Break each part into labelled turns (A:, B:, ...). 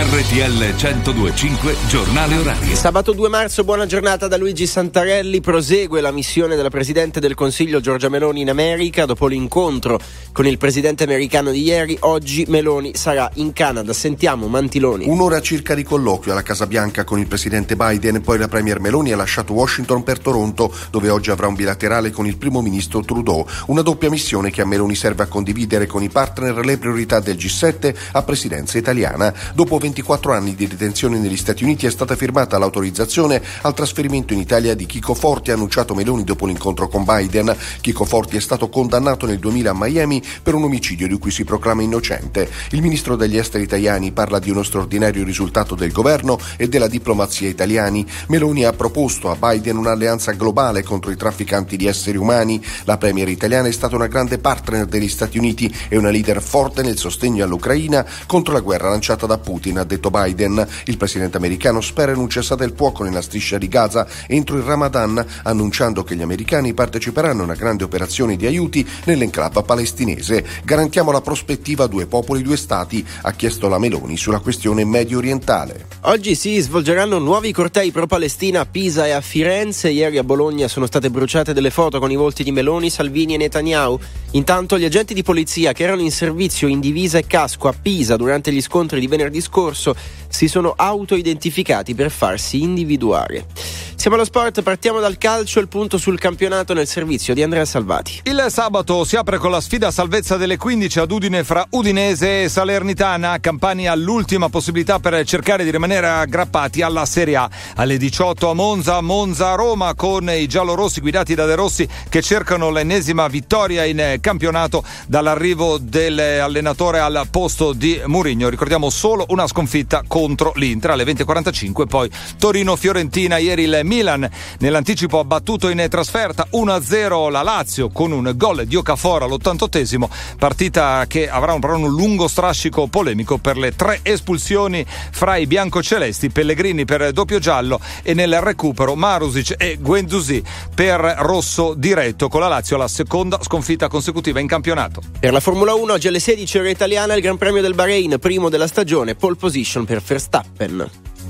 A: RTL 102.5 Giornale Orario.
B: Sabato 2 marzo, buona giornata da Luigi Santarelli. Prosegue la missione della Presidente del Consiglio Giorgia Meloni in America. Dopo l'incontro con il Presidente americano di ieri, oggi Meloni sarà in Canada. Sentiamo Mantiloni.
C: Un'ora circa di colloquio alla Casa Bianca con il Presidente Biden, poi la Premier Meloni ha lasciato Washington per Toronto, dove oggi avrà un bilaterale con il Primo Ministro Trudeau. Una doppia missione che a Meloni serve a condividere con i partner le priorità del G7 a presidenza italiana. Dopo 24 anni di detenzione negli Stati Uniti è stata firmata l'autorizzazione al trasferimento in Italia di Chico Forti, ha annunciato Meloni dopo l'incontro con Biden. Chico Forti è stato condannato nel 2000 a Miami per un omicidio di cui si proclama innocente. Il ministro degli esteri Tajani parla di uno straordinario risultato del governo e della diplomazia italiani. Meloni ha proposto a Biden un'alleanza globale contro i trafficanti di esseri umani. La premier italiana è stata una grande partner degli Stati Uniti e una leader forte nel sostegno all'Ucraina contro la guerra lanciata da Putin, ha detto Biden. Il presidente americano spera in un cessate il fuoco nella striscia di Gaza entro il Ramadan, annunciando che gli americani parteciperanno a una grande operazione di aiuti nell'enclave palestinese. Garantiamo la prospettiva due popoli, due stati, ha chiesto la Meloni sulla questione medio orientale.
B: Oggi si svolgeranno nuovi cortei pro-Palestina a Pisa e a Firenze. Ieri a Bologna sono state bruciate delle foto con i volti di Meloni, Salvini e Netanyahu. Intanto gli agenti di polizia che erano in servizio in divisa e casco a Pisa durante gli scontri di venerdì scorso si sono auto-identificati per farsi individuare. Siamo allo sport, partiamo dal calcio, il punto sul campionato nel servizio di Andrea Salvati.
D: Il sabato si apre con la sfida a salvezza delle 15 ad Udine fra Udinese e Salernitana. Campani ha l'ultima possibilità per cercare di rimanere aggrappati alla Serie A. Alle 18 a Monza-Roma con i giallorossi guidati da De Rossi che cercano l'ennesima vittoria in campionato dall'arrivo dell'allenatore al posto di Mourinho. Ricordiamo solo una sconfitta contro l'Inter alle 20:45, poi Torino-Fiorentina. Ieri il Milan nell'anticipo ha battuto in trasferta 1-0 la Lazio con un gol di Okafor all'88esimo, partita che avrà un lungo strascico polemico per le 3 espulsioni fra i biancocelesti, Pellegrini per doppio giallo e nel recupero Marusic e Guendouzi per rosso diretto, con la Lazio la seconda sconfitta consecutiva in campionato.
B: Per la Formula 1 oggi alle 16 ora italiana il Gran Premio del Bahrain, primo della stagione, pole position per Verstappen.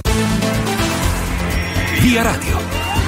A: Via Radio.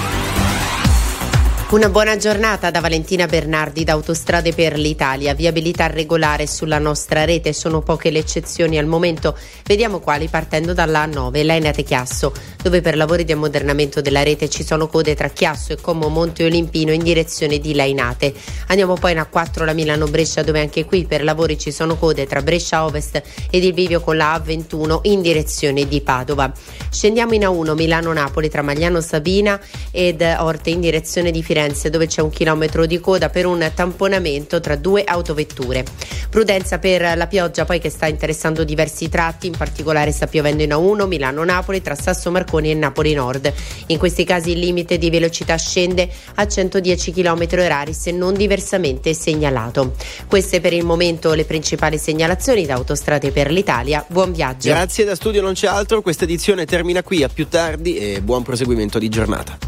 E: Una buona giornata da Valentina Bernardi da Autostrade per l'Italia. Viabilità regolare sulla nostra rete, sono poche le eccezioni al momento. Vediamo quali, partendo dalla A9, Lainate Chiasso, dove per lavori di ammodernamento della rete ci sono code tra Chiasso e Como Monte Olimpino in direzione di Lainate. Andiamo poi in A4 la Milano-Brescia, dove anche qui per lavori ci sono code tra Brescia Ovest ed il bivio con la A21 in direzione di Padova. Scendiamo in A1 Milano-Napoli tra Magliano Sabina ed Orte in direzione di Firenze, dove c'è 1 chilometro di coda per un tamponamento tra 2 autovetture. Prudenza per la pioggia poi che sta interessando diversi tratti, in particolare sta piovendo in A1 Milano-Napoli tra Sasso Marconi e Napoli Nord. In questi casi il limite di velocità scende a 110 km/h se non diversamente segnalato. Queste per il momento le principali segnalazioni da Autostrade per l'Italia. Buon viaggio.
B: Grazie, da studio non c'è altro, questa edizione termina qui, a più tardi e buon proseguimento di giornata.